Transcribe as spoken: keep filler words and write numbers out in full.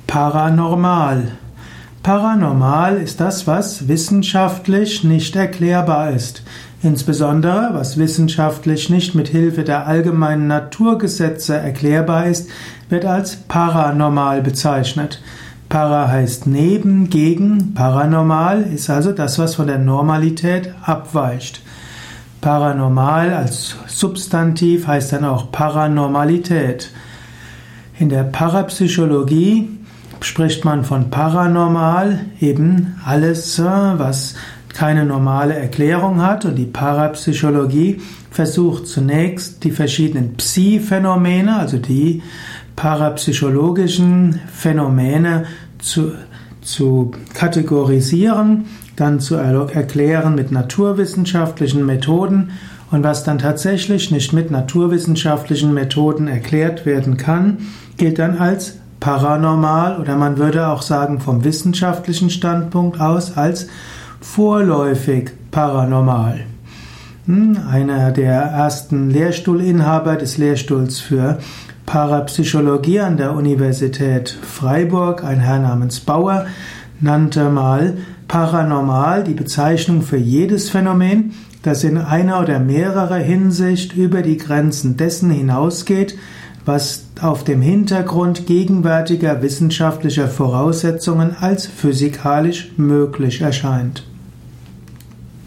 Paranormal. Paranormal ist das, was wissenschaftlich nicht erklärbar ist. Insbesondere, was wissenschaftlich nicht mit Hilfe der allgemeinen Naturgesetze erklärbar ist, wird als paranormal bezeichnet. Para heißt neben, gegen, paranormal ist also das, was von der Normalität abweicht. Paranormal als Substantiv heißt dann auch Paranormalität. In der Parapsychologie spricht man von paranormal, eben alles, was keine normale Erklärung hat, und die Parapsychologie versucht zunächst die verschiedenen Psi-Phänomene, also die parapsychologischen Phänomene zu, zu kategorisieren, dann zu erklären mit naturwissenschaftlichen Methoden, und was dann tatsächlich nicht mit naturwissenschaftlichen Methoden erklärt werden kann, gilt dann als paranormal, oder man würde auch sagen vom wissenschaftlichen Standpunkt aus als vorläufig paranormal. Einer der ersten Lehrstuhlinhaber des Lehrstuhls für Parapsychologie an der Universität Freiburg, ein Herr namens Bauer, nannte mal paranormal die Bezeichnung für jedes Phänomen, das in einer oder mehrerer Hinsicht über die Grenzen dessen hinausgeht, was auf dem Hintergrund gegenwärtiger wissenschaftlicher Voraussetzungen als physikalisch möglich erscheint.